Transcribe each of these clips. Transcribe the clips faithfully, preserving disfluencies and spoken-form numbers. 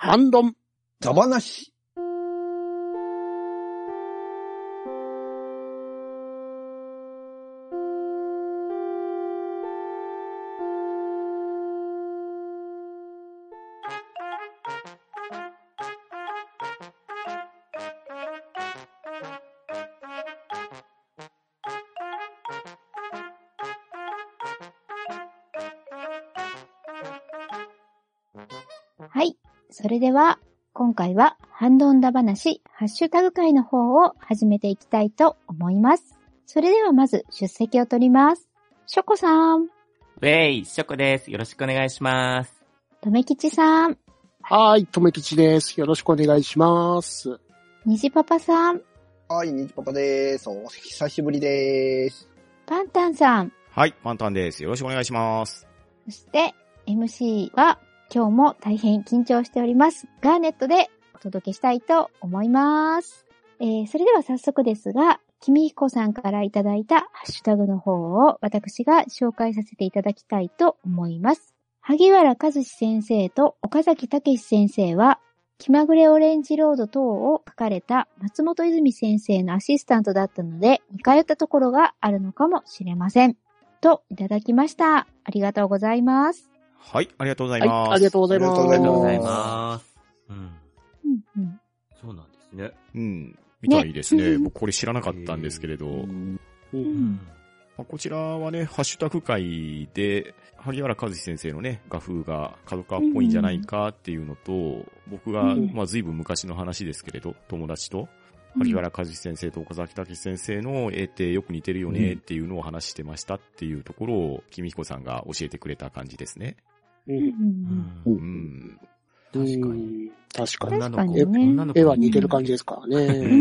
反論ザバなし。 はい。それでは、今回は、ハンドンダ話、ハッシュタグ会の方を始めていきたいと思います。それではまず、出席を取ります。ショコさん。 ウェイ、ショコです。よろしくお願いします。 とめきちさん。 はい、とめきちです。よろしくお願いします。 にじパパさん。 はい、にじパパです。お久しぶりです。 パンタンさん。 はい、パンタンです。よろしくお願いします。 そして、エムシー は、今日も大変緊張しております。ガーネットでお届けしたいと思います。えー、それでは早速ですが、きみひこさんからいただいたハッシュタグの方を私が紹介させていただきたいと思います。萩原和志先生と岡崎武史先生は、気まぐれオレンジロード等を書かれた松本泉先生のアシスタントだったので、似通ったところがあるのかもしれません。といただきました。ありがとうございます。 はい、ありがとうございます。 はい、ありがとうございます。 ありがとうございます。うん。 うんうん、 そうなんですね。 うん。みたいですね。僕これ知らなかったんですけれど。 うんうん、 まあ、こちらはね、ハッシュタグ会で、萩原和志先生のね、画風が角川っぽいんじゃないかっていうのと、うん、僕が、 うん、 まあ随分昔の話ですけれど、友達と、萩原和志先生と岡崎武史先生の絵ってよく似てるよねっていうのを話してましたっていうところを、君彦さんが教えてくれた感じですね。 うん。 うん。 確かに。 確かに。 確かにね。 絵は似てる感じですからね。 うん、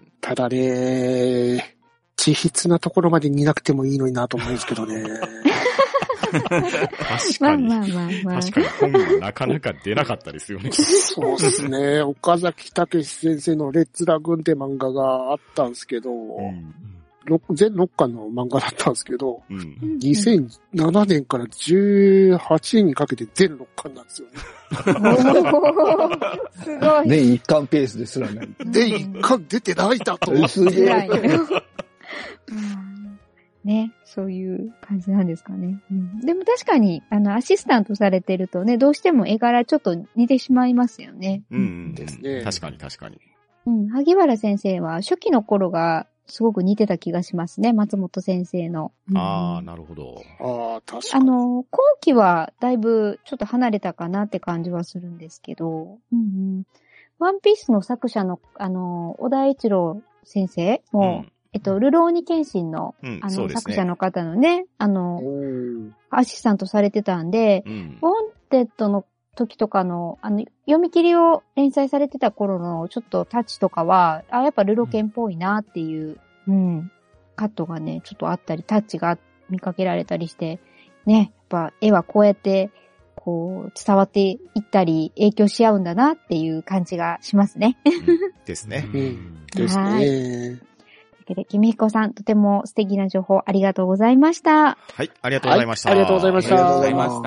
ただね、地筆なところまで似なくてもいいのになと思うんですけどね。 確かに。 まあまあまあまあ。 確かに本がなかなか出なかったですよね。 そうですね。岡崎武史先生のレッツラグーンって漫画があったんですけど、うん全ろっかんの漫画だったんですけど、うん、にせんななねんからじゅうはちねんにかけて全ろっかんなんですよね。 すごい。 年いっかんペースですらない。 年いっかん出てないだと思って。 すげえ。 ね、そういう感じなんですかね。うん、でも確かに、あの、アシスタントされてるとね、どうしても絵柄ちょっと似てしまいますよね。 うん、うん、ですね。確かに確かに。 うん、萩原先生は初期の頃が、すごく似てた気がしますね、松本先生の。 うん、ああ、なるほど。 ああ、確かに。 あの、後期はだいぶちょっと離れたかなって感じはするんですけど、うんうん、ワンピースの作者の、あの、小田一郎先生も、うん、えっと、ルローニケンシンの、うん、あの、ね、作者の方のね、あの、アシスタントされてたんで、うん、ウォンテッドの時とかの、あの、読み切りを連載されてた頃のちょっとタッチとかは、あ、やっぱルロケンっぽいなっていう、うん、うん、カットがね、ちょっとあったり、タッチが見かけられたりして、ね、やっぱ絵はこうやって、こう、伝わっていったり、影響し合うんだなっていう感じがしますね。 うん、ですね。 うん、ですね。はい。というわけで、きみひこさん、とても素敵な情報ありがとうございました。 はい、ありがとうございました。 はい、ありがとうございました。 ありがとうございました。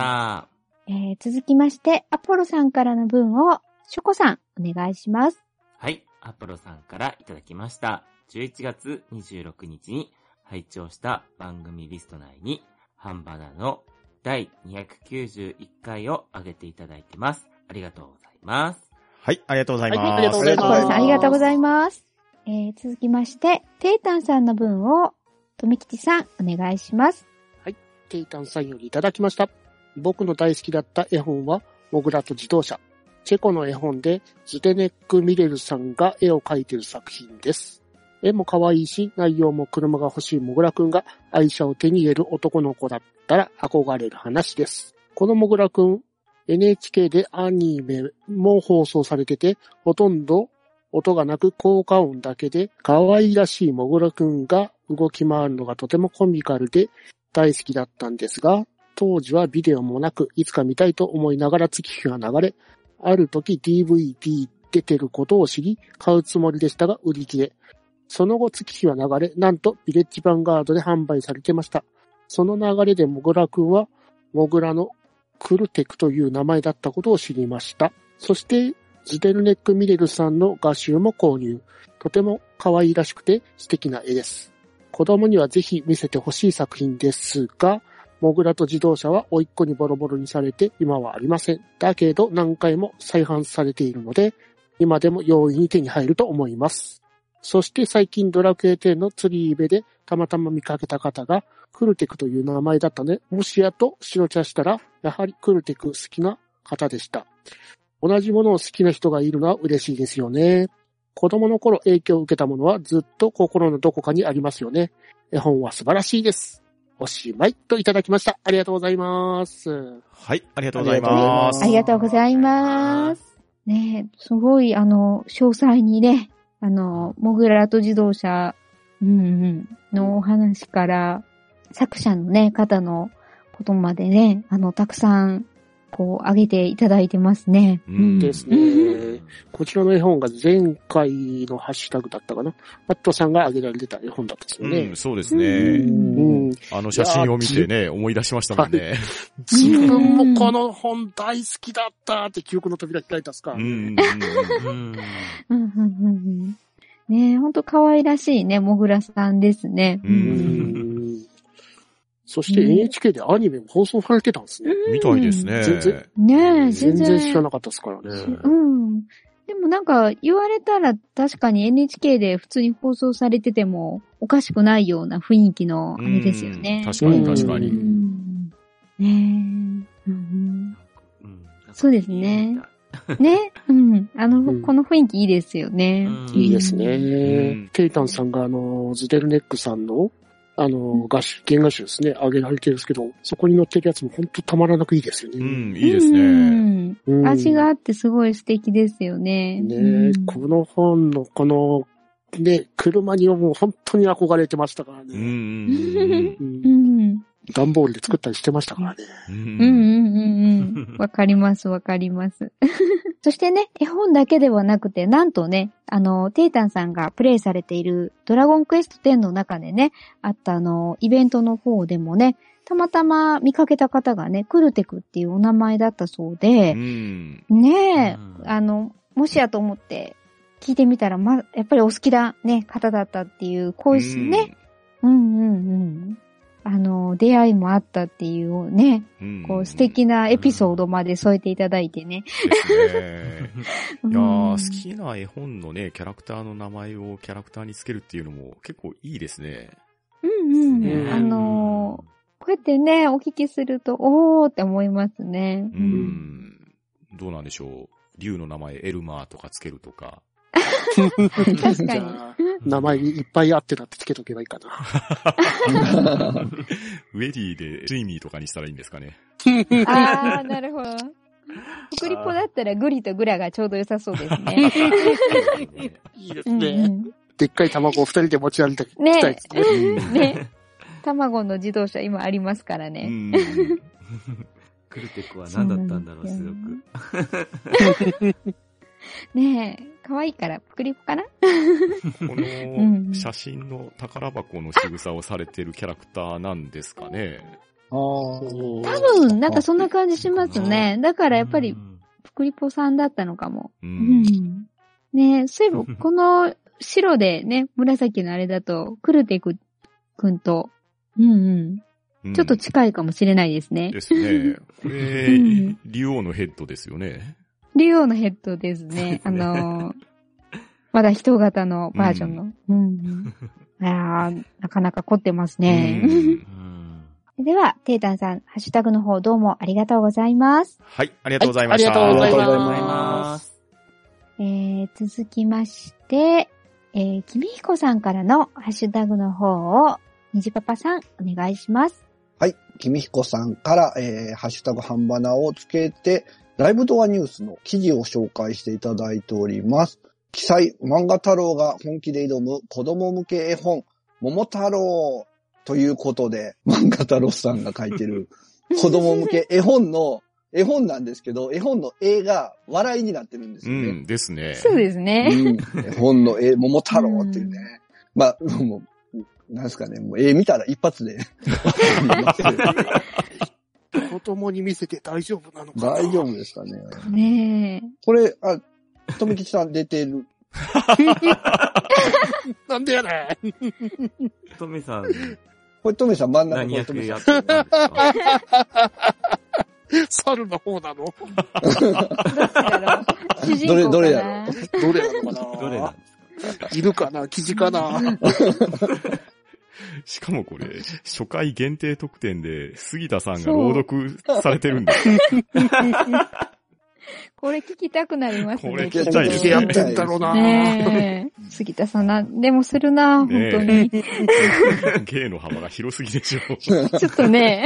えー、続きまして、アポロさんからの文を、ショコさん、お願いします。 はい、アポロさんからいただきました。じゅういちがつにじゅうろくにちに拝聴した番組リスト内に、ハンバナのだいにひゃくきゅうじゅういっかいを上げていただいてます。ありがとうございます。 はい、ありがとうございます。はい、 ありがとうございます。 アポロさん、ありがとうございます。えー、続きまして、テイタンさんの文を、とめきちさん、お願いします。 はい、テイタンさんよりいただきました。僕の大好きだった絵本は、モグラと自動車。チェコの絵本で、ズデネック・ミレルさんが絵を描いている作品です。絵も可愛いし、内容も車が欲しいモグラくんが愛車を手に入れる男の子だったら憧れる話です。このモグラくん、エヌエイチケー でアニメも放送されてて、ほとんど音がなく効果音だけで可愛らしいモグラくんが動き回るのがとてもコミカルで大好きだったんですが、当時はビデオもなく、いつか見たいと思いながら月日が流れ、ある時 ディーブイディー 出てることを知り、買うつもりでしたが売り切れ。その後月日は流れ、なんとビレッジヴァンガードで販売されてました。その流れでモグラくんは、モグラのクルテクという名前だったことを知りました。 そして、ズデルネック・ミレルさんの画集も購入。とても可愛らしくて素敵な絵です。子供にはぜひ見せてほしい作品ですが、モグラと自動車は甥っ子にボロボロにされて今はありません。だけど何回も再販されているので、今でも容易に手に入ると思います。そして最近ドラクエテンの釣りイベでたまたま見かけた方がクルテクという名前だったので、もしやと白茶したら、やはりクルテク好きな方でした。同じものを好きな人がいるのは嬉しいですよね。子供の頃影響を受けたものはずっと心のどこかにありますよね。絵本は素晴らしいです。おしまいといただきました。ありがとうございます。 はい、ありがとうございます。 ありがとうございます。ねえ、すごい、あの、詳細にね、あの、モグラと自動車、うんうん、のお話から、作者のね、方のことまでね、あの、たくさん、こう、上げていただいてますね。 うん、ですね。こちらの絵本が前回のハッシュタグだったかな。マットさんが上げられてた絵本だったんですよね。 うん、そうですね。うん、あの写真を見てね、思い出しましたもんね。 自分もこの本大好きだったって記憶の扉開いたっすか。うん。 ねえ、ほんと可愛らしいね、モグラさんですね。うんそして エヌエイチケー でアニメも放送されてたんですね。 みたいですね。 全然。 ねえ、 全然知らなかったですからね。 うん。でもなんか言われたら確かに エヌエイチケー で普通に放送されててもおかしくないような雰囲気のあれですよね。 確かに確かに。 ねえ、うん。そうですね。ね、うん。あの、うん、この雰囲気いいですよね。 いいですね。テイタンさんがあの、ズデルネックさんのあの、画集、原画集ですね、上げられてるんですけど、そこに載ってるやつも本当たまらなくいいですよね。 うん、いいですね。 うん、味があってすごい素敵ですよね。 ねえ、うん、この本のこの、ね、車にはもう本当に憧れてましたからね。うん。うん段ボールで作ったりしてましたからね。 うんうんうんうん。わかりますわかります。そしてね、絵本だけではなくて、なんとね、あの、テイタンさんがプレイされているドラゴンクエストテンの中でね、あったあの、イベントの方でもね、たまたま見かけた方がね、クルテクっていうお名前だったそうで、うん、ねえ、うん、あの、もしやと思って聞いてみたら、ま、やっぱりお好きなね、方だったっていう、こういうね、うんうんうん。あの、出会いもあったっていうね、うん、こう素敵なエピソードまで添えていただいてね。 ですね。いやー、好きな絵本のね、キャラクターの名前をキャラクターにつけるっていうのも結構いいですね。 うんうん。あのー、こうやってね、お聞きすると、おーって思いますね。 うん。うん、どうなんでしょう。竜の名前エルマーとかつけるとか。 確かに。 名前にいっぱいあってなってつけとけばいいかな。 ウェディでスイミーとかにしたらいいんですかね。 あー、なるほど。クリポだったらグリとグラがちょうど良さそうですね。 いいですね。うんうん、でっかい卵を二人で持ち歩いてきたいですね。 ね。ね。卵の自動車今ありますからね。 クルテクは何だったんだろう、すごく。 ねえ。可愛いから、クリポかなこの写真の宝箱の仕草をされてるキャラクターなんですかね。 ああ。多分、なんかそんな感じしますね。だからやっぱり、クリポさんだったのかも。うん、ねえ、そういえば、この白でね、紫のあれだと、クルテクくんと、うんうん。ちょっと近いかもしれないですね。 ですね。これ、うん、竜王のヘッドですよね。 竜王のヘッドですね。あのー、まだ人型のバージョンの。うん。うん、あなかなか凝ってますね。うん、では、テータンさん、ハッシュタグの方どうもありがとうございます。 はい、ありがとうございました。 はい、ありがとうございます。 えー、続きまして、えー、きみひこさんからのハッシュタグの方を、にじパパさん、お願いします。 はい、きみひこさんから、えー、ハッシュタグ半ばなをつけて、ライブドアニュースの記事を紹介していただいております。記載、漫画太郎が本気で挑む子供向け絵本、桃太郎ということで、漫画太郎さんが書いてる子供向け絵本の、絵本なんですけど、絵本の絵が笑いになってるんですよね。 うんですね。 そうですね。 うん、絵本の絵、桃太郎っていうね。うん、まあ、もう、なんですかね、もう絵見たら一発で。 子供に見せて大丈夫なのかな。 大丈夫ですかね。 ねえ。 これ、あ、富吉さん出てる。 なんでやねん。 トメさん、 これ富さん真ん中何役これ富さんやってるんですか？ 猿の方なの？ どっちだろう。主人公かな。 どれどれやどれなのかな？ どれなんですか？ いるかな？キジかな？ しかもこれ、初回限定特典で、杉田さんが朗読されてるんですよ。 これ聞きたくなりますね。 これ聞きたいですね。 やってんだろうな。 ねえ。杉田さんなんでもするな、本当に。 芸の幅が広すぎでしょ。 ちょっとね。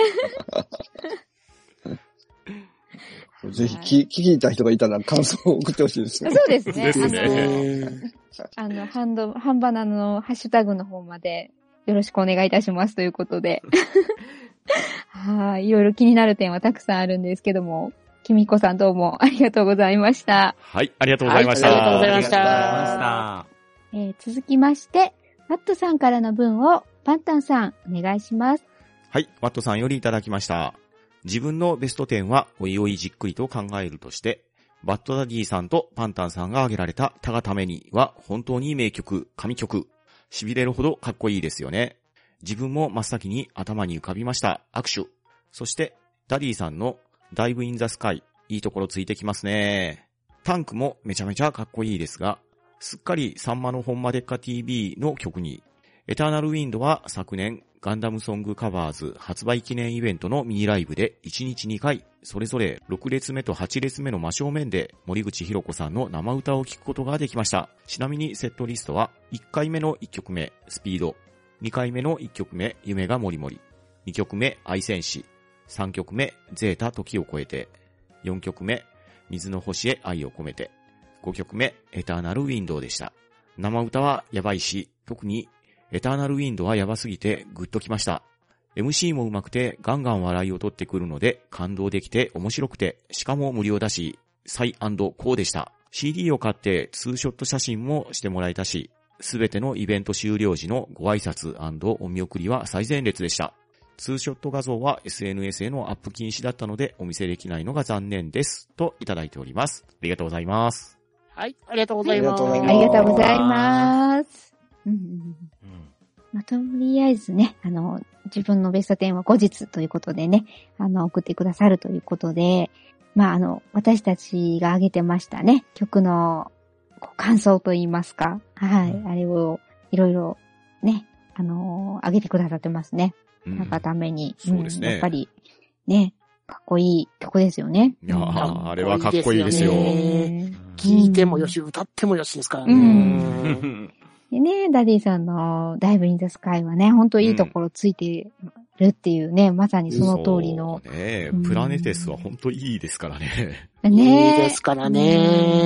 ぜひ聞、聞いた人がいたら感想を送ってほしいですね。 そうですね。 ですねあの、あの、ハンド、ハンバナのハッシュタグの方までよろしくお願いいたしますということで。はい。いろいろ気になる点はたくさんあるんですけども、きみこさんどうもありがとうございました。 はい、ありがとうございました。 はい、ありがとうございました。 ありがとうございまえー、続きまして、ワットさんからの文をパンタンさんお願いします。 はい、ワットさんよりいただきました。自分のベストじゅうはおいおいじっくりと考えるとして、バッドダディさんとパンタンさんが挙げられたたがためには本当に名曲、神曲。痺れるほどかっこいいですよね。自分も真っ先に頭に浮かびました。握手。そして、ダディさんのダイブインザスカイ。いいところついてきますね。タンクもめちゃめちゃかっこいいですが、すっかりサンマのホンマデッカ ティーブイ の曲に、エターナルウィンドは昨年ガンダムソングカバーズ発売記念イベントのミニライブでいちにちにかい、それぞれろく列目とはち列目の真正面で森口博子さんの生歌を聴くことができました。ちなみにセットリストはいっかいめのいっきょくめ、スピード、にかいめのいっきょくめ、夢がもりもり、にきょくめ、愛戦士、さんきょくめ、ゼータ時を超えて、よんきょくめ、水の星へ愛を込めて、ごきょくめ、エターナルウィンドウでした。生歌はやばいし、特にエターナルウィンドウはやばすぎてグッときました。エムシー も上手くてガンガン笑いを取ってくるので感動できて面白くて、しかも無料だし、サイ&コーでした。シーディー を買ってツーショット写真もしてもらえたし、すべてのイベント終了時のご挨拶&お見送りは最前列でした。ツーショット画像は エスエヌエス へのアップ禁止だったのでお見せできないのが残念です。といただいております。ありがとうございます。 はい、ありがとうございます。 ありがとうございます。うんうんうんまあ、とりあえずね、あの、自分のベストじゅうは後日ということでね、あの、送ってくださるということで、まあ、あの、私たちが挙げてましたね、曲の感想といいますか、はい、うん、あれをいろいろね、あの、挙げてくださってますね。なんかために、 うん、そうですね。 やっぱり、ね、かっこいい曲ですよね。 いやー、あれはかっこいいですよ。 聴いてもよし、歌ってもよしですからね。 うんでね、ダディさんのダイブインザスカイはね、ほんといいところついてるっていうね、うん、まさにその通りの。 そうね、うん、プラネテスはほんといいですからね。 ねいいですからね、 うん。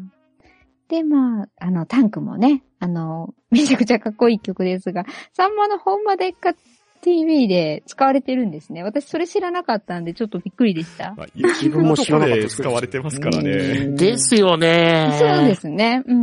で、まあ、あの、タンクもね、あの、めちゃくちゃかっこいい曲ですが、サンマのホンマデッカ ティーブイ で使われてるんですね。私それ知らなかったんでちょっとびっくりでした。 まあ、自分も知らなかったです。使われてますからね。 ですよね。 そうですね。うん。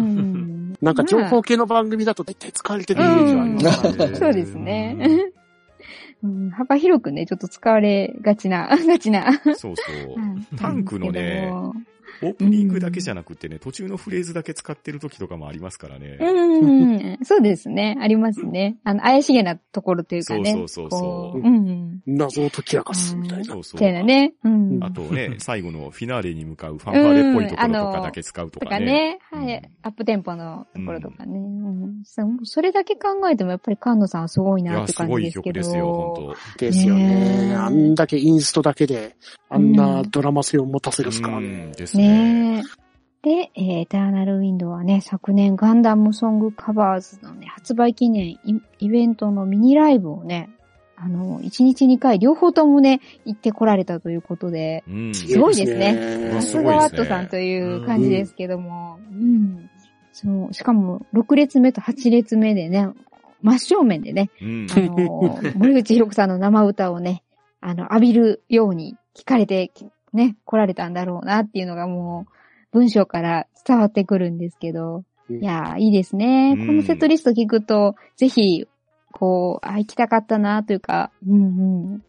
なんか情報系の番組だと大体使われてるイメージはありますからね。 そうですね。うん、幅広くね、ちょっと使われがちな、がちな。 そうそう。タンクのね、オープニングだけじゃなくてね、途中のフレーズだけ使ってる時とかもありますからね。 うん。そうですね。ありますね。あの、怪しげなところというかね。 そうそうそうそう。 うん。 謎を解き明かすみたいな。 そうそう。 みたいなね。うん。 あとね、最後のフィナーレに向かうファンファーレっぽいところとかだけ使うとかね。とかね。 はい。アップテンポのところとかね。それだけ考えてもやっぱり菅野さんはすごいなって感じですけど。 いや、すごい曲ですよ、本当ですよね。あんだけインストだけで、あんなドラマ性を持たせるっすからね。 ですね。 で、えー、エターナルウィンドウはね、昨年ガンダムソングカバーズのね、発売記念イ、イベントのミニライブをね、あの、いちにちにかい両方ともね、行ってこられたということで、うん、すごいですね。さすがワットさんという感じですけども、うん、うん。そう、しかもろく列目とはち列目でね、真正面でね、うん、あの、森口博子さんの生歌をね、あの、浴びるように聞かれて、ね、来られたんだろうなっていうのがもう、文章から伝わってくるんですけど、うん、いやー、いいですね。このセットリスト聞くと、ぜひ、こう、あ、行きたかったなというか、うんうん、聞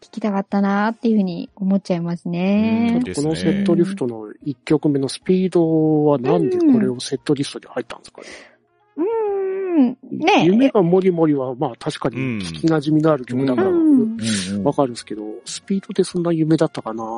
聞きたかったなーっていうふうに思っちゃいますね。 うんこのセットリストのいっきょくめのスピードはなんでこれをセットリストに入ったんですかね。 うーん。ね夢がもりもりはまあ確かに聞き馴染みのある曲だからうんわかるんですけど、スピードでそんな夢だったかなと思って。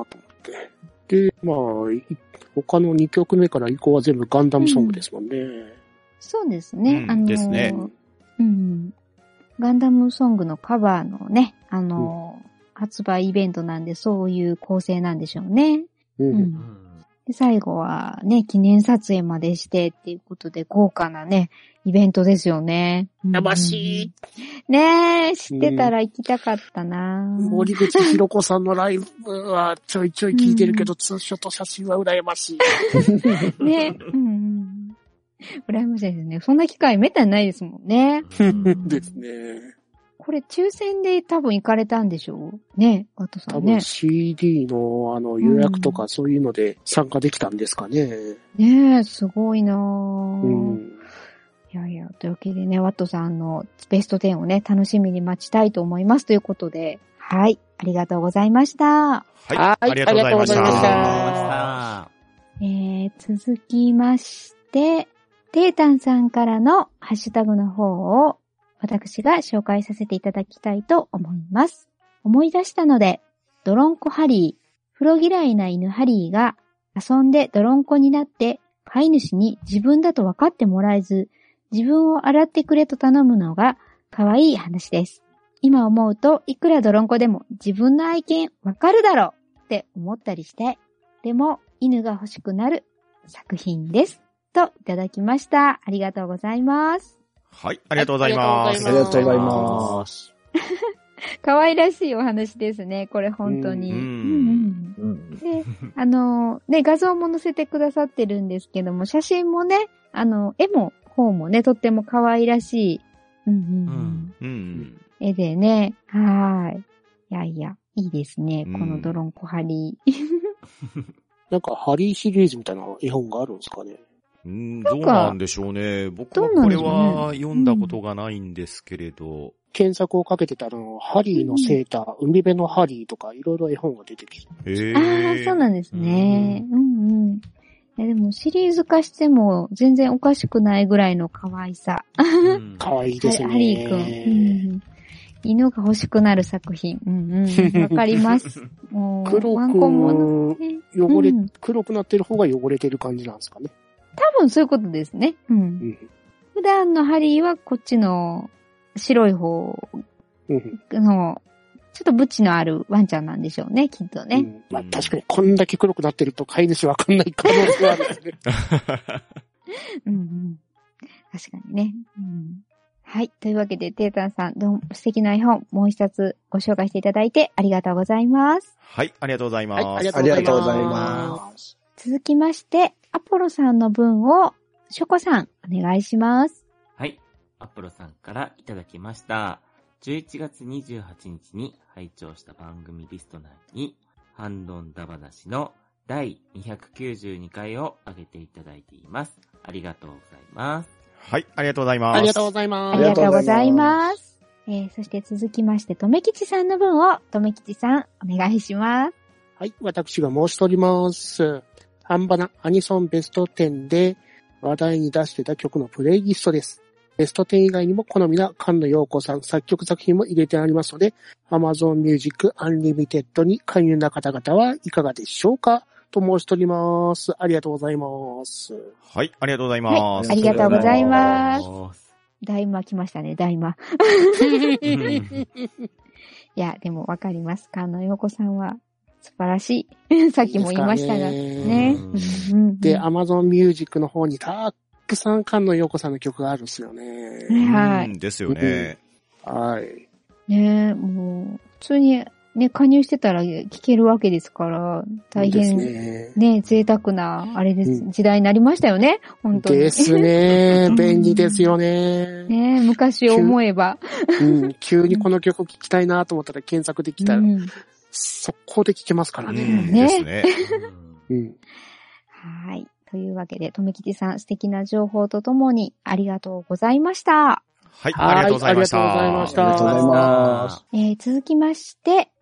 で、まあ、い他のにきょくめから以降は全部ガンダムソングですもんね。 そうですね。 うんあのーですねうん。ガンダムソングのカバーのね、あのー発売イベントなんでそういう構成なんでしょうね。 うん。 ううんん。 で最後はね、記念撮影までしてっていうことで豪華なね、イベントですよね。 やましい。 ねえ、知ってたら行きたかったな、 森口博子さんのライブはちょいちょい聞いてるけど、ツーショット写真は羨ましい。 ね、うんうん。羨ましいですね。そんな機会めったにないですもんね。 ですね。 これ抽選で多分行かれたんでしょうね、ワトさ多分んね。 シーディー のあの予約とかそういうので参加できたんですかね。 ねえ、すごいなぁ、 うん。 いやいや、というわけでね、ワットさんのベストテンをね、楽しみに待ちたいと思いますということで、はい、ありがとうございました。 はい。 はいありがとうございましありがとうございましたた。 えー、続きまして、テータンさんからのハッシュタグの方を私が紹介させていただきたいと思います。思い出したので、ドロンコハリー、風呂嫌いな犬ハリーが遊んでドロンコになって飼い主に自分だと分かってもらえず、自分を洗ってくれと頼むのが可愛い話です。今思うといくらドロンコでも自分の愛犬分かるだろうって思ったりして、でも犬が欲しくなる作品です。といただきました。ありがとうございます。 はい。ありがとうございます。 ありがとうございます。 可愛らしいお話ですね。これ本当に。 うんうんうんうんで、あの、ね、画像も載せてくださってるんですけども、写真もね、あの、絵も、方もね、とっても可愛らしい、うんうんうんうん。 絵でね、はーい。いやいや、いいですね。 うんこのドロンコハリー。 なんかハリーシリーズみたいな絵本があるんですかね。 うん、どうなんかなんでしょうね。僕どはこれうなんでしょうねは読んだことがないんですけれど。 検索をかけてたら、ハリーのセーター、海辺のハリーとかいろいろ絵本が出てきて。 へああ、そうなんですね。うんうん。いやでもシリーズ化しても全然おかしくないぐらいの可愛さ。 うんかわいいですね。 ハリーくん。うんうん犬が欲しくなる作品。うんうん。わかります。もう黒ワンコもくね汚れ、 うん黒くなってる方が汚れてる感じなんですかね。 多分そういうことですね。うん。 うん。 普段のハリーはこっちの白い方うん。 の、ちょっとブチのあるワンちゃんなんでしょうね、きっとね。 うんまあ確かにこんだけ黒くなってると飼い主わかんない可能性はあるんですね。 うんうん。確かにね。うんはい。というわけで、テータンさん、どうも素敵な絵本、もう一冊ご紹介していただいてありがとうございます。 はい、ありがとうございます。 はい、ありありがとうございがとうございまます。 続きまして、アポロさんの分を、ショコさん、お願いします。 はい。アポロさんからいただきました。じゅういちがつにじゅうはちにちに拝聴した番組リスト内に、ハンドンダ話のだいにひゃくきゅうじゅうにかいを上げていただいています。ありがとうございます。 はい、ありがとうございます。 ありがとうございます。 ありがとうございあます。えー、そして続きまして、とめきちさんの分を、とめきちさん、お願いします。 はい、私が申しております。ハンバナアニソンベストテンで話題に出してた曲のプレイリストです。ベストテン以外にも好みな菅野陽子さん作曲作品も入れてありますので、Amazon Music Unlimited に加入な方々はいかがでしょうかと申しております。ありがとうございます。 はい、ありがとうございます。 ありがとうございます。 おー大魔来ましたね、大魔。 うんいや、でもわかります。菅野陽子さんは素晴らしい。さっきも言いましたが。 いいですかね。 うんうんうんで、Amazon Music の方にたくさん菅野陽子さんの曲があるんですよね。 はいうんですよね。 はい。 ねえ、もう、普通にね、加入してたら聴けるわけですから、大です変ね。 ね、贅沢な、あれです、 うん時代になりましたよね、本当に。 ですねう。ん便利ですよね。 ねえ、昔思えば。 うん、急にこの曲聴きたいなと思ったら検索できたら、 うん速攻で聴けますからうんね。 ですね。 うん。 はい。というわけで、とめきちさん、素敵な情報とともにありがとうございました。 はい、ありがとうございました。 はいありがとうございましたありがとうございます。 えー続きまして、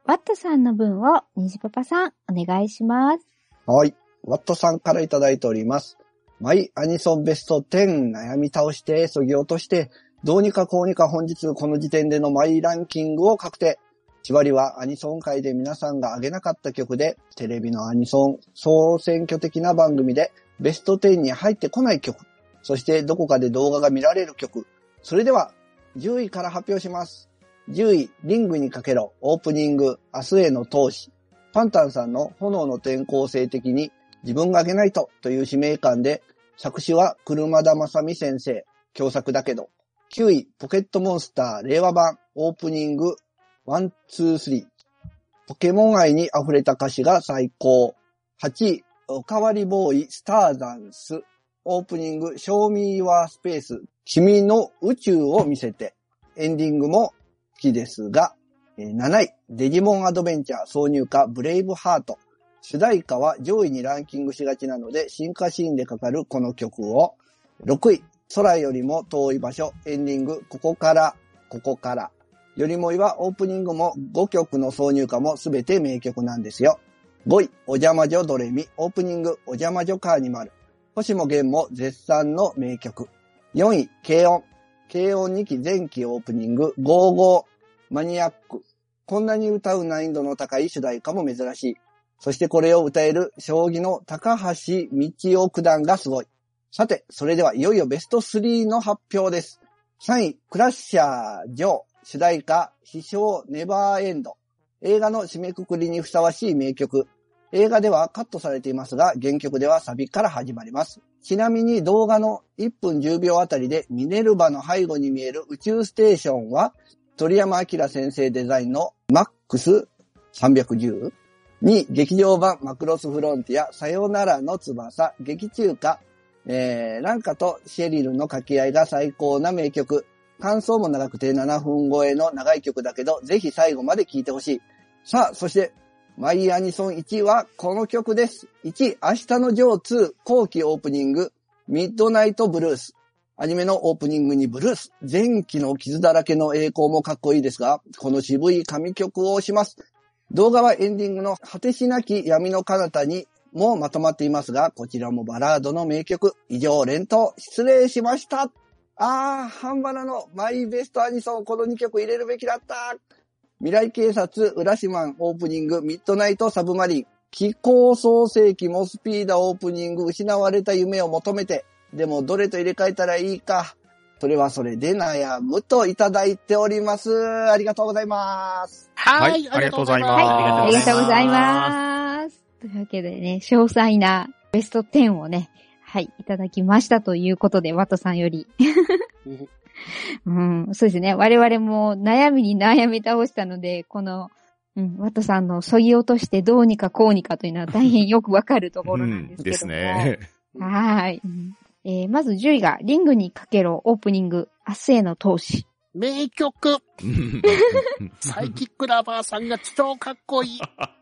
ワットさんの分を、にじパパさん、お願いします。 はい。ワットさんからいただいております。マイアニソンベストじゅう悩み倒して、そぎ落として、どうにかこうにか本日この時点でのマイランキングを確定。縛りはアニソン界で皆さんが挙げなかった曲で、テレビのアニソン総選挙的な番組でベストじゅうに入ってこない曲、そしてどこかで動画が見られる曲。それではじゅういから発表します。じゅうい、リングにかけろ、オープニング、明日への投資。パンタンさんの炎の転校生的に自分が挙げないとという使命感で、作詞は車田正美先生、共作だけど。きゅうい、ポケットモンスター令和版、オープニング、ワン、ツー、スリー。ポケモン愛に溢れた歌詞が最高。はちい、おかわりボーイ、スターダンス。オープニング、Show Me Your Space。君の宇宙を見せて。エンディングも好きですが、なない、デジモンアドベンチャー挿入歌、ブレイブハート。主題歌は上位にランキングしがちなので、進化シーンでかかるこの曲を。ろくい、空よりも遠い場所、エンディング、ここから、ここから。よりもいはオープニングもごきょくの挿入歌もすべて名曲なんですよ。ごい、お邪魔女ドレミ、オープニング、お邪魔女カーニマル。星も源も絶賛の名曲。よんい、軽音。軽音にき前期オープニング、ゴーゴー、マニアック。こんなに歌う難易度の高い主題歌も珍しい。そしてこれを歌える将棋の高橋道夫九段がすごい。さて、それではいよいよベストスリーの発表です。さんい、クラッシャー、ジョー。主題歌、飛翔ネバーエンド。映画の締めくくりにふさわしい名曲。映画ではカットされていますが、原曲ではサビから始まります。ちなみに動画のいっぷんじゅうびょうあたりでミネルヴァの背後に見える宇宙ステーションは、鳥山明先生デザインのマックスさんびゃくじゅう。に、劇場版マクロスフロンティア、さよならの翼、劇中歌、えー、ランカとシェリルの掛け合いが最高な名曲。感想も長くてななふん超えの長い曲だけど、ぜひ最後まで聴いてほしい。さあ、そして、マイアニソンいちいはこの曲です。いちい、明日のジョーツー後期オープニング、ミッドナイトブルース。アニメのオープニングにブルース。前期の傷だらけの栄光もかっこいいですが、この渋い神曲をします。動画はエンディングの果てしなき闇の彼方にもまとまっていますが、こちらもバラードの名曲。以上、連投失礼しました。あー、ハンバナのマイベストアニソン、このにきょく入れるべきだった。未来警察、浦島オープニング、ミッドナイトサブマリン、気候創世記モスピーダオープニング、失われた夢を求めて、でもどれと入れ替えたらいいか。それはそれで悩むといただいております。ありがとうございます。 はい、 はい、ありがとうございます。 はい、ありがとうございます。というわけでね、詳細なベストじゅうをね、はい、いただきましたということで、ワトさんより。うん、そうですね。我々も悩みに悩み倒したので、この、うん、ワトさんの削ぎ落としてどうにかこうにかというのは大変よくわかるところなんですけども。うん、ですね。はい。えー、まずじゅういが、リングにかけろオープニング、明日への投資。 名曲サイキックラバーさんが超かっこいい。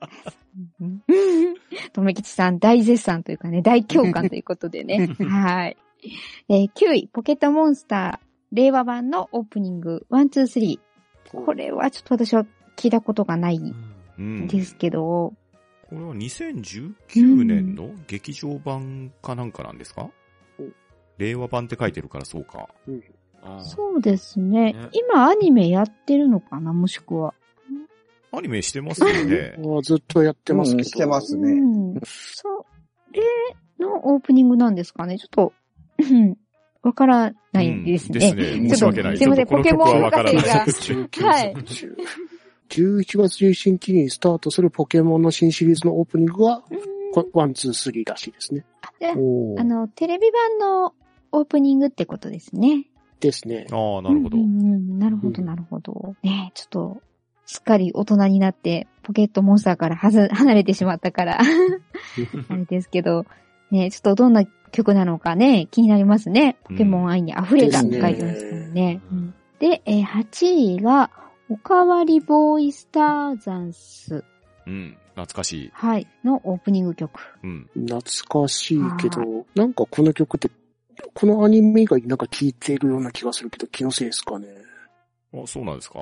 とめきちさん大絶賛というかね、大共感ということでね。はい。えー、きゅうい、ポケットモンスター、令和版のオープニング、ワン、ツー、スリー。これはちょっと私は聞いたことがないんですけど。 うん、これはにせんじゅうきゅうねんの劇場版かなんかなんですか？うん、令和版って書いてるからそうか。うん、 そうですね。今アニメやってるのかな、もしくは。 アニメしてますよね。 ずっとやってますけど。うん、 してますね。 うん、それのオープニングなんですかね。ちょっと、わからないんですね。 うん、ですね。申し訳ない。 すいません、ポケモン博士が。 はい。じゅういちがつじゅうしちにちにスタートするポケモンの新シリーズのオープニングは、ワン、ツー、スリーらしいですね。 あの、テレビ版のオープニングってことですね。 ですね。 ああ、なるほど。 うんうん、なるほど、なるほど。ね、ちょっと、すっかり大人になって、ポケットモンスターからはず離れてしまったから、あれですけど、ね、ちょっとどんな曲なのかね、気になりますね。ポケモン愛に溢れたって書いてますからね。うん、で、えー、はちいが、おかわりボーイスターザンス。 うん、懐かしい。 はい、のオープニング曲。 うん。 懐かしいけど、なんかこの曲って、このアニメ以外になんか聴いてるような気がするけど、気のせいですかね。 あ、そうなんですか？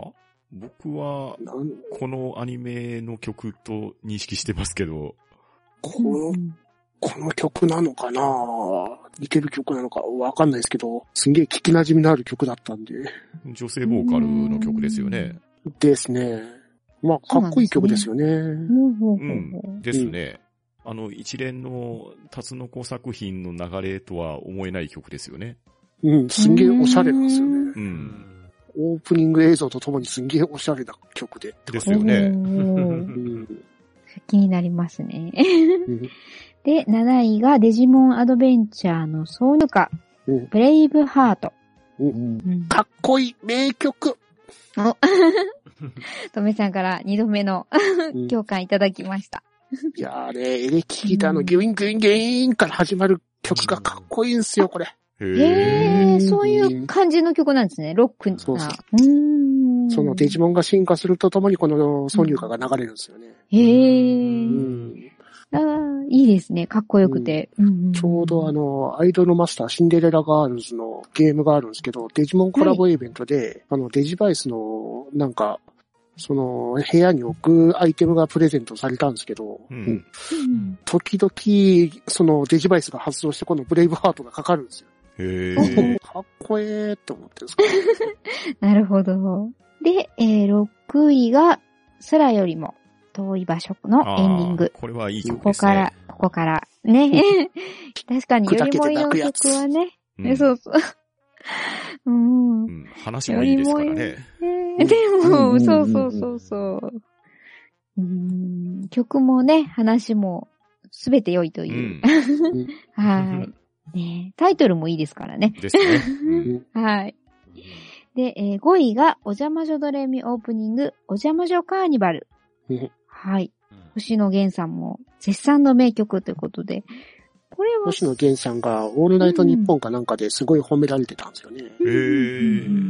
僕は、このアニメの曲と認識してますけど。 この、この曲なのかな似てる曲なのかわかんないですけど、すんげえ聞き馴染みのある曲だったんで。 女性ボーカルの曲ですよね。 ですね。まあ、かっこいい曲ですよね。うん。ですね。あの、一連のタツノコ作品の流れとは思えない曲ですよね。 うん、すんげえおしゃれなんですよね。 うん。 オープニング映像とともにすんげえおしゃれな曲で。 ですよね。うん、気になりますね。で、なないがデジモンアドベンチャーの挿入歌、うん、ブレイブハート。 うん、かっこいい名曲。 おとめさんから二度目の共感いただきました。 いやーね、エレキギターのギュインギュインギュインから始まる曲がかっこいいんですよ、これ。 へー、そういう感じの曲なんですね、ロックな。 そうそう。うーん、そのデジモンが進化するとともにこの挿入歌が流れるんですよね。 へー。うんああ、いいですね。かっこよくて。 うんうん、ちょうどあの、アイドルマスターシンデレラガールズのゲームがあるんですけど、デジモンコラボイベントで、はい、あの、デジバイスの、なんか、その、部屋に置くアイテムがプレゼントされたんですけど、うんうん、時々、そのデジバイスが発動してこのブレイブハートがかかるんですよ。 へー。 かっこええって思ってるんですか、 ね、なるほど。で、えー、ろくいが、空よりも、遠い場所のエンディング。 これはいい曲ですね。 ここから、ここから、ね。確かに、よりもいの曲はね。うん、そうそう。うん、 うん。話もいいですからね。 でも、そうそうそうそう。うん、曲もね、話もすべて良いという。うん、はい、ね。タイトルもいいですからね。 ですね。 うん、はい。で、えー、ごいが、お邪魔女ドレミオープニング、お邪魔女カーニバル。はい。星野源さんも絶賛の名曲ということで。これは星野源さんがオールナイトニッポンかなんかですごい褒められてたんですよね。 へー。うん。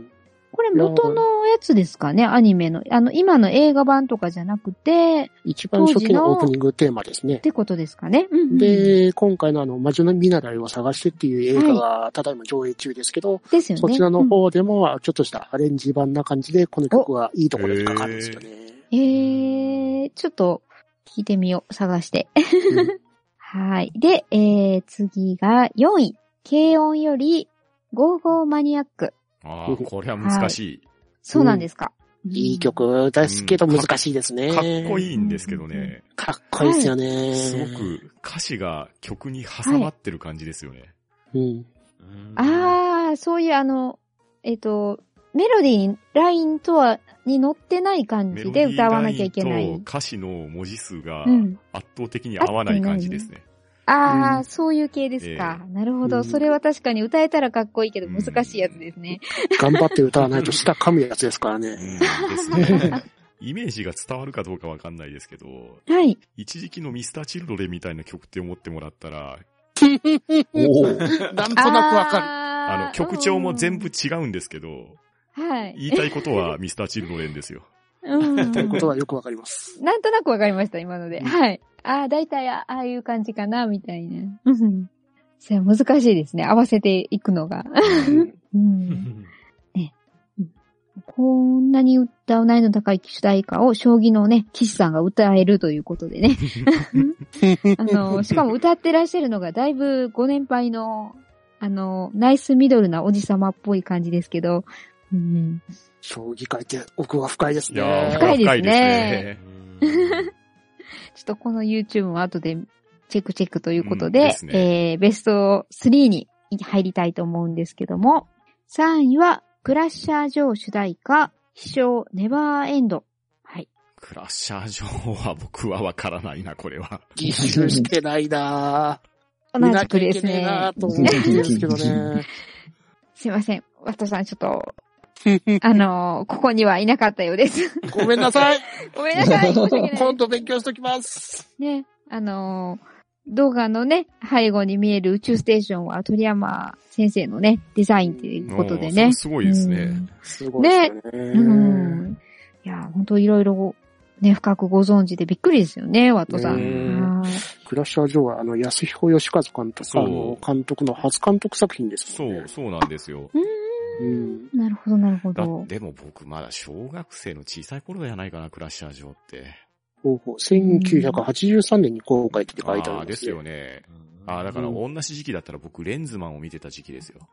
これ元のやつですかね、アニメの。あの、今の映画版とかじゃなくて、 一番初期のオープニングテーマですね。 ってことですかね。うんうん、 で、今回のあの、魔女の見習いを探してっていう映画がただいま上映中ですけど、 ですよね。 そちらの方でもちょっとしたアレンジ版な感じで、この曲はいいところでかかるんですよね。 えー、ちょっと聞いてみよう、探して。うん、はい。で、えー、次がよんい。軽音より、ゴーゴーマニアック。 ああ、これは難しい。はい、 そうなんですか。 うん、いい曲ですけど難しいですね、 うんか。かっこいいんですけどね。 かっこいいですよね、はい。 すごく歌詞が曲に挟まってる感じですよね。 はい、うん。 ああ、そういうあの、えっと、メロディー、ラインとは、に乗ってない感じで歌わなきゃいけない。 と歌詞の文字数が圧倒的に合わない感じですね。 うん、ああ、うん、そういう系ですか。えー、なるほど、うん。それは確かに歌えたらかっこいいけど難しいやつですね。 うん、頑張って歌わないと舌噛むやつですからね。 うん、ですね。イメージが伝わるかどうかわかんないですけど、 はい。 一時期のミスターチルドレンみたいな曲って思ってもらったら、 おなんとなくわかる。 あの、曲調も全部違うんですけど、 はい。 言いたいことはミスターチルドレンですよ。 うん。言いたいことはよくわかります。 なんとなくわかりました、今ので。うん、はい。ああ、だいたいああいう感じかな、みたいな。それは難しいですね。合わせていくのが。うんね、こんなに歌う難易度の高い主題歌を将棋のね、騎士さんが歌えるということでね。あの、しかも歌ってらっしゃるのがだいぶご年配の、あの、ナイスミドルなおじさまっぽい感じですけど、うん、 将棋界って奥が深いですね。 いや深いですね。ちょっとこの YouTube も後でチェックチェックということで、うんでね、えー、ベストスリーに入りたいと思うんですけども、さんいはクラッシャー城主題歌、飛翔ネバーエンド。はい。 クラッシャー城は僕はわからないな、これは。 実習してないなぁ。同じくですね。 なと思うんですけどね。 すいません。ワトさんちょっと、あのー、ここにはいなかったようです。 ごめんなさい。 ごめんなさい。 今度勉強しときます。 ね、あのー、動画のね、背後に見える宇宙ステーションは鳥山先生のね、デザインということでね。 すごいですね。うん、 すごいですね。 うん。いや、本当いろいろね、深くご存知でびっくりですよね、ワトさん。 クラッシャー城は、あの、安彦義和監督、あの、監督の初監督作品ですもんね。そう、そうなんですよ。 うん。 なるほど、なるほだど。 でも僕まだ小学生の小さい頃じゃないかな、クラッシャー城って。 ほうほう。せんきゅうひゃくはちじゅうさんねんに公開って書いてあるんですね。 ああ、ですよね。ああ、だから同じ時期だったら僕レンズマンを見てた時期ですよ。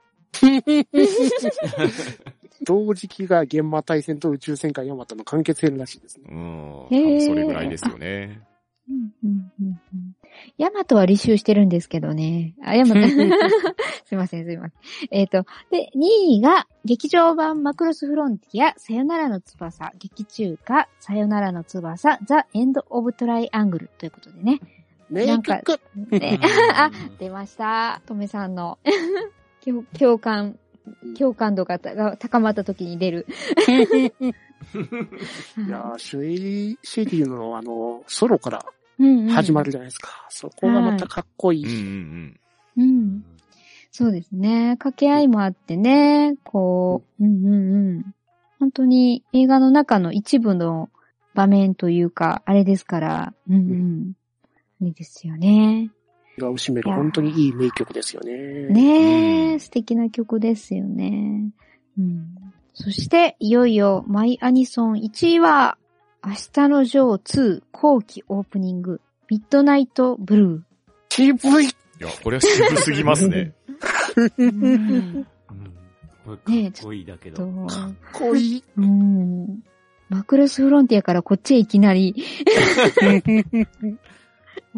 同時期が幻魔大戦と宇宙戦艦ヤマトの完結編らしいですね。 うん。多分それぐらいですよね。 うんうんうんうん、ヤマトは履修してるんですけどね。あ、ヤマト。すいません、すいません。えっ、ー、と、で、にいが、劇場版マクロスフロンティア、さよならの翼、劇中歌、さよならの翼、ザ・エンド・オブ・トライアングルということでね。 名曲、 ね、あ、出ました。トメさんの共感、共感度が高まった時に出る。 いやー、シュエリ、シェリーのあの、ソロから始まるじゃないですか。うんうん、そこがまたかっこいい。 はい、うんうんうん。そうですね。掛け合いもあってね、こう、うんうんうん。本当に映画の中の一部の場面というか、あれですから、うんうん。いいですよね。 がを占める本当にいい名曲ですよね。 ねえ、うん、素敵な曲ですよね。うん、そして、いよいよマイアニソンいちいは、明日のジョーツー後期オープニング、ミッドナイトブルー。 渋い。いや、これは渋すぎますね。 うん、これかっこいいだけど。 ね、かっこいい。 うん、マクロスフロンティアからこっちへいきなり。 うん、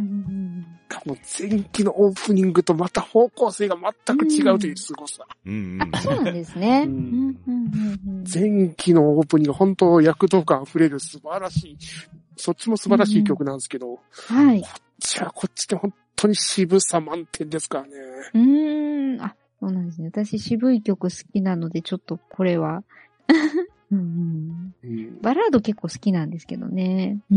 もう前期のオープニングとまた方向性が全く違うという凄さ。 うんうん、あ、そうなんですね。うん、 前期のオープニング本当躍動感あふれる素晴らしい、そっちも素晴らしい曲なんですけど、 うん、はい。 こっちはこっちで本当に渋さ満点ですからね。 うーん、あ、そうなんですね。私渋い曲好きなのでちょっとこれは、うんうん、バラード結構好きなんですけどね。うん、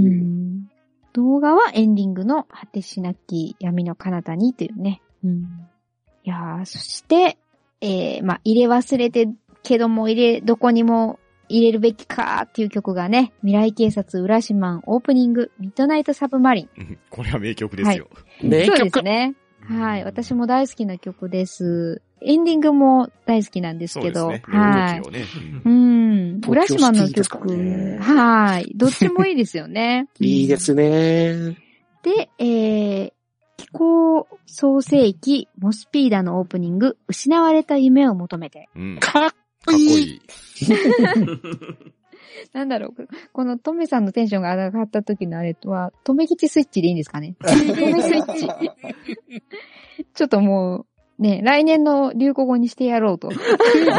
動画はエンディングの果てしなき闇の彼方にというね。うん、いやー、そして、えー、まあ、入れ忘れてけども入れ、どこにも入れるべきかっていう曲がね、未来警察浦島オープニング、ミッドナイトサブマリン。 これは名曲ですよ。 はい、名曲。 そうですね。はい。私も大好きな曲です。エンディングも大好きなんですけど。そうですね。はい。ね、うん。浦島の曲、ね、はい。どっちもいいですよね。 いいですね。 で、えー、気候創世記モスピーダのオープニング、失われた夢を求めて。 うん、 かっこいい。 なんだろう、このトメさんのテンションが上がった時のあれは、トメ吉スイッチでいいんですかね？トメスイッチ。ちょっともう、ね、来年の流行語にしてやろうと。 ス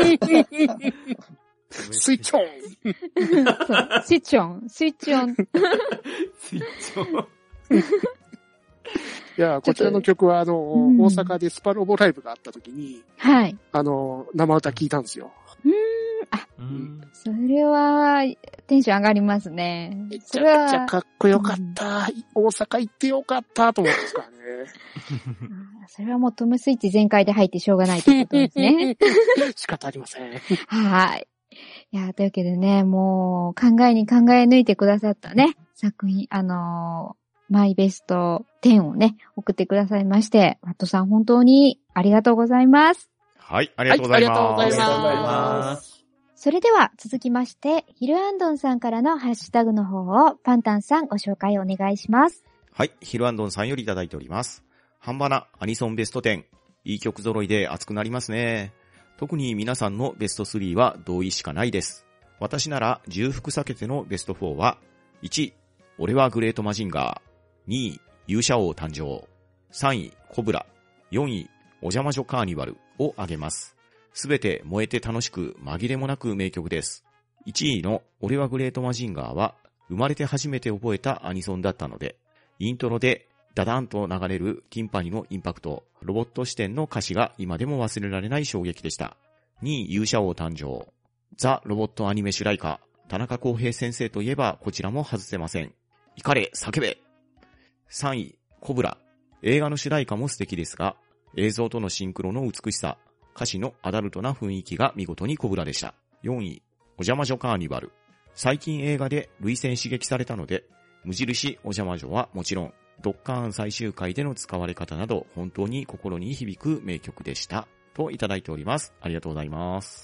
イッチオンスイッチオンスイッチオンスイッチオンいや、こちらの曲は、あの、うん、大阪でスパロボライブがあった時に、 はい。 あの、生歌聞いたんですよ。 うーん、あ、うん、それは、テンション上がりますね。 めちゃくちゃかっこよかった。うん、大阪行ってよかったと思うんですからね。 それはもうトムスイッチ全開で入ってしょうがないということですね。 仕方ありません。 はい。いや、というわけでね、もう考えに考え抜いてくださったね、作品、あのー、マイベストじゅうをね、送ってくださいまして、ワットさん本当にありがとうございます。 はい、ありがとうございます。 はい、ありがとうございます。 それでは続きまして、ヒルアンドンさんからのハッシュタグの方をパンタンさんご紹介お願いします。 はい、ヒルアンドンさんよりいただいております。ハンバナアニソンベストじゅう。いい曲揃いで熱くなりますね。特に皆さんのベストスリーは同意しかないです。私なら重複避けてのベストフォーは、いちい、俺はグレートマジンガー。にい、勇者王誕生。さんい、コブラ。よんい、お邪魔女カーニバルを挙げます。すべて燃えて楽しく紛れもなく名曲です。いちいの俺はグレートマジンガーは生まれて初めて覚えたアニソンだったので、イントロでダダンと流れるティンパニのインパクト、ロボット視点の歌詞が今でも忘れられない衝撃でした。にい、勇者王誕生。ザ・ロボットアニメ主題歌、田中康平先生といえばこちらも外せません。怒れ、叫べ。さんい、コブラ。映画の主題歌も素敵ですが、映像とのシンクロの美しさ、歌詞のアダルトな雰囲気が見事にコブラでした。よんい、お邪魔女カーニバル。最近映画で類線刺激されたので、無印お邪魔女はもちろん、ドッカーン最終回での使われ方など、本当に心に響く名曲でした。といただいております。ありがとうございます。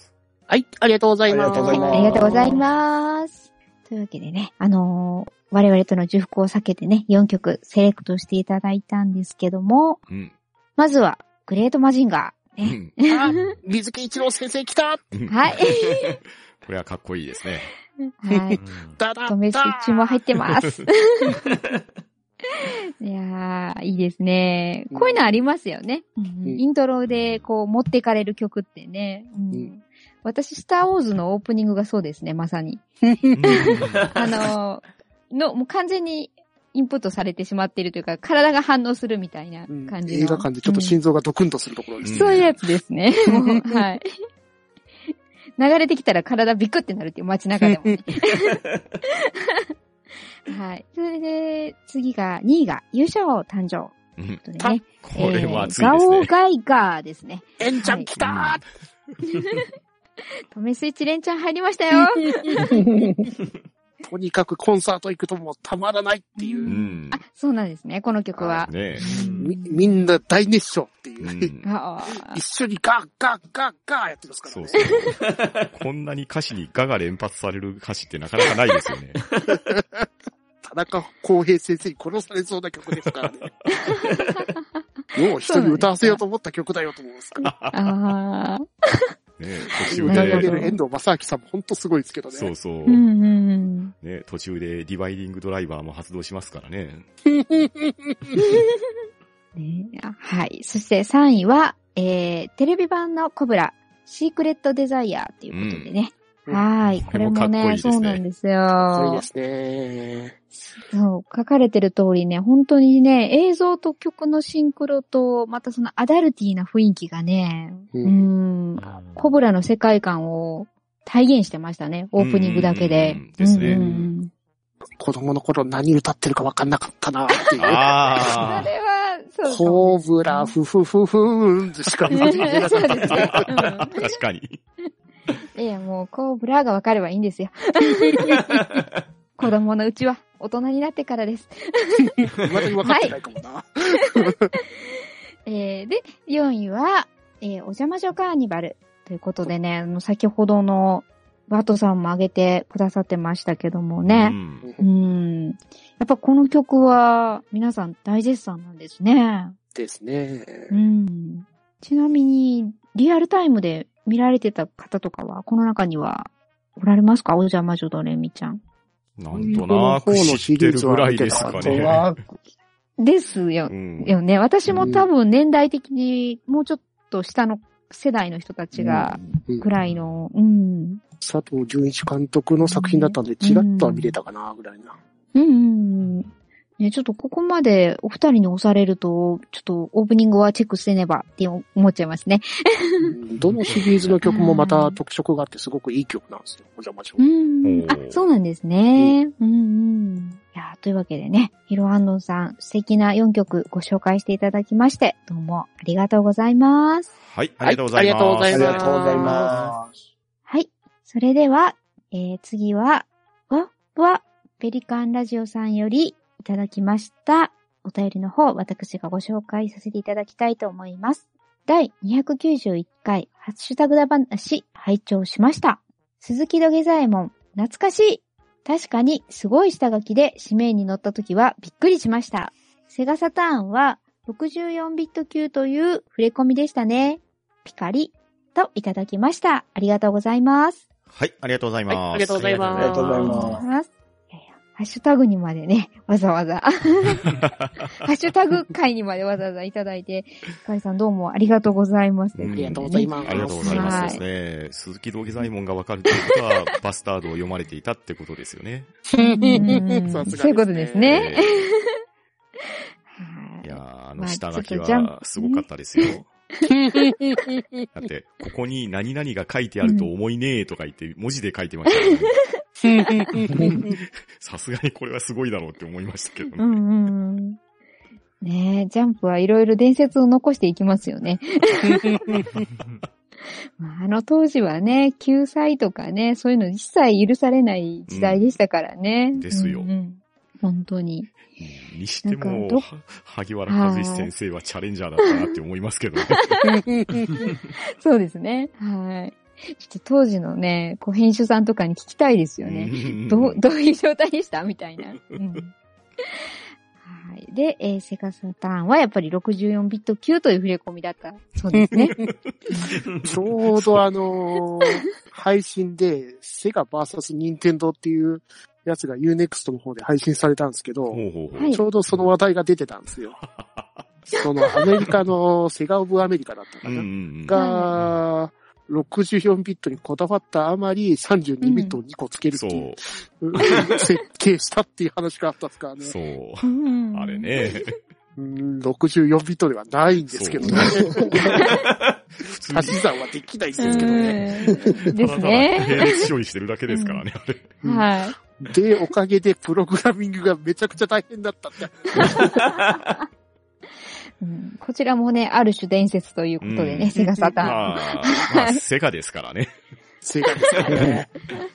はい、ありがとうございます。 ありがとうございます。 ありがとうございます。というわけでね、あのー、我々との重複を避けてね、よんきょくセレクトしていただいたんですけども、うん、まずは、グレートマジンガー。ね、 うん、あ、水木一郎先生来たはい。 これはかっこいいですね。 はい。とメッセージも入ってます。いやー、いいですね。こういうのありますよね。うん、イントロでこう持ってかれる曲ってね。うん、私、スターウォーズのオープニングがそうですね、まさに。あの、の、もう完全にインプットされてしまっているというか、体が反応するみたいな感じの。 うん、映画館でちょっと心臓がドクンとするところですね。 うん、そういうやつですね。もうはい。流れてきたら体ビクってなるっていう街中でもね。はい。それで、次が、にいが優勝誕生。うん、とね、 これは熱いですね。 ガオガイガーですね。 エンちゃん来たートメスイッチレンちゃん入りましたよとにかくコンサート行くともうたまらないっていう。うん、あ、そうなんですね、この曲は。 ね、 み、みんな大熱唱っていう。うん、一緒にガーガーガーガーやってますからね。そうそうこんなに歌詞にガが連発される歌詞ってなかなかないですよね。 田中康平先生に殺されそうな曲ですからね。もう人に歌わせようと思った曲だよと思うんですけど。あねえ、途中で。歌い遠藤正明さんも本当すごいですけどね。 そうそう。 うんうん、 ね、途中でディバイディングドライバーも発動しますからね。 ねはい。そしてさんいは、えー、テレビ版のコブラ、シークレットデザイアっていうことでね。うん、はい。これもね、もそうなんですよ。 かっこいいですね。 そう、書かれてる通りね、本当にね、映像と曲のシンクロと、またそのアダルティーな雰囲気がね、うん、うーん、コブラの世界観を体現してましたね、オープニングだけで。 ですね。 子供の頃何歌ってるか分かんなかったなっていう。 ああ。それは、そうですね。 コブラ、ふふふふーんしか言えなかったですね。 確かに。 いや、もう、コブラが分かればいいんですよ。子供のうちは大人になってからです。 まだ分かってないかもな。はいえー、で、よんいは、えー、お邪魔女カーニバル。ということでね、あの、先ほどのバトさんも挙げてくださってましたけどもね。うん。うんやっぱこの曲は皆さん大絶賛なんですね。 ですね。 うん。ちなみに、リアルタイムで見られてた方とかは、この中にはおられますか？お邪魔女ドレミちゃん。 なんとなく知ってるぐらいですかね。 ですよ。うん、よね。私も多分年代的にもうちょっと下の世代の人たちがぐらいの、うんうん、 佐藤純一監督の作品だったんで、チラッとは見れたかな、ぐらいな。 うん、うん、ね、ちょっとここまでお二人に押されると、ちょっとオープニングはチェックしてねばって思っちゃいますね。 どのシリーズの曲もまた特色があってすごくいい曲なんですよ。お邪魔します。うん。あ、そうなんですね。うん、うん、うん。いや、というわけでね、ヒロアンドンさん、素敵なよんきょくご紹介していただきまして、どうもありがとうございます。 はい、ありがとうございます。 はい、ありがとうございます。ありがとうございます。 はい、それでは、えー、次は、わ、わ、ペリカンラジオさんよりいただきましたお便りの方、私がご紹介させていただきたいと思います。だいにひゃくきゅうじゅういっかい、ハッシュタグだ話、拝聴しました。鈴木土下座右衛門、懐かしい。確かに、すごい下書きで紙面に載った時はびっくりしました。セガサターンはろくじゅうよんビット級という触れ込みでしたね。ピカリといただきました。ありがとうございます。 はい、ありがとうございます。はい、 ありがとうございます。 ありがとうございます。 ハッシュタグにまでね、わざわざ。ハッシュタグ会にまでわざわざいただいて、カイさんどうもありがとうございます。 ありがとうございます。 ありがとうございますですね。鈴木土下座右衛門がわかるということは、バスタードを読まれていたってことですよね。 そういうことですね。 いやー、あの下書きはすごかったですよ。だって、ここに何々が書いてあると思いねーとか言って文字で書いてましたからね。さすがにこれはすごいだろうって思いましたけどね。 うんうん、ねえ、ジャンプはいろいろ伝説を残していきますよね。あの当時はね、救済とかね、そういうの一切許されない時代でしたからね。 うん、ですよ、 うんうん。本当に。 にしても、萩原和一先生はチャレンジャーだったなって思いますけどね。 そうですね。はい。 ちょっと当時のね、こう編集さんとかに聞きたいですよね。どう、どういう状態でしたみたいな。うん、はい。で、えー、セガサターンはやっぱりろくじゅうよんビット級という触れ込みだったそうですね。 ちょうどあのー、配信で、セガ ブイエス ニンテンドーっていうやつが ユーネクスト の方で配信されたんですけど、ほうほうほう、ちょうどその話題が出てたんですよ。そのアメリカのセガオブアメリカだったかな、うんうんうん、が、ろくじゅうよんビットにこだわったあまりさんじゅうにビットをにこつけるっていう、うん、設計したっていう話があったんですからね。 そう。あれね。 うん、ろくじゅうよんビットではないんですけどね。足し算はできないんですけどね。 ですね。 並列処理してるだけですからね、あれ。 うん、はい。 で、おかげでプログラミングがめちゃくちゃ大変だったって。 うん、こちらもね、ある種伝説ということでね、うん、セガサターン。 まあ、まあ、セガですからね。 セガですからね。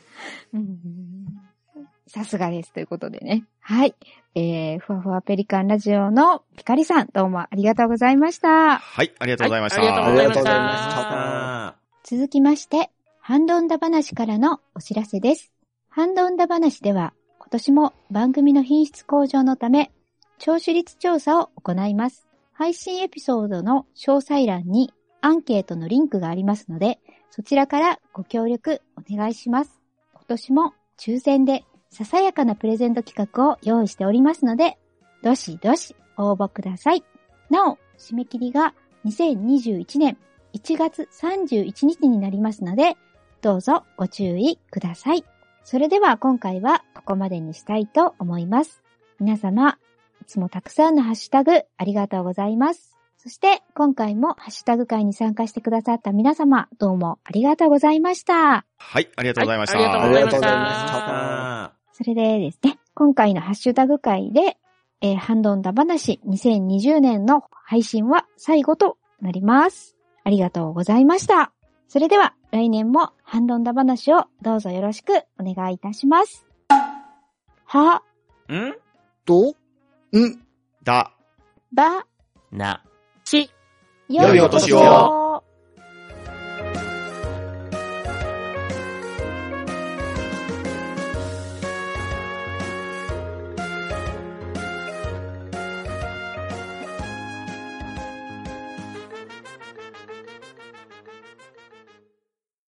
さすがですということでね。はい。えー、ふわふわペリカンラジオのピカリさん、どうもありがとうございました。 はい、ありがとうございました。 はい、ありがとうございました。 続きまして、ハンドンダ話からのお知らせです。ハンドンダ話では、今年も番組の品質向上のため、聴取率調査を行います。配信エピソードの詳細欄にアンケートのリンクがありますので、そちらからご協力お願いします。今年も抽選でささやかなプレゼント企画を用意しておりますので、どしどし応募ください。なお、締め切りがにせんにじゅういちねんいちがつさんじゅういちにちになりますので、どうぞご注意ください。それでは今回はここまでにしたいと思います。皆様、いつもたくさんのハッシュタグありがとうございます。そして今回もハッシュタグ会に参加してくださった皆様、どうもありがとうございました。 はい、ありがとうございました。 はい、ありがとうございました。それでですね、今回のハッシュタグ会で、えー、ハンドンダ話にせんにじゅうねんの配信は最後となります。ありがとうございました。それでは来年もハンドンダ話をどうぞよろしくお願いいたします。は、 んと、 ん、 だ、 ば、 な、 し、 良いお年を。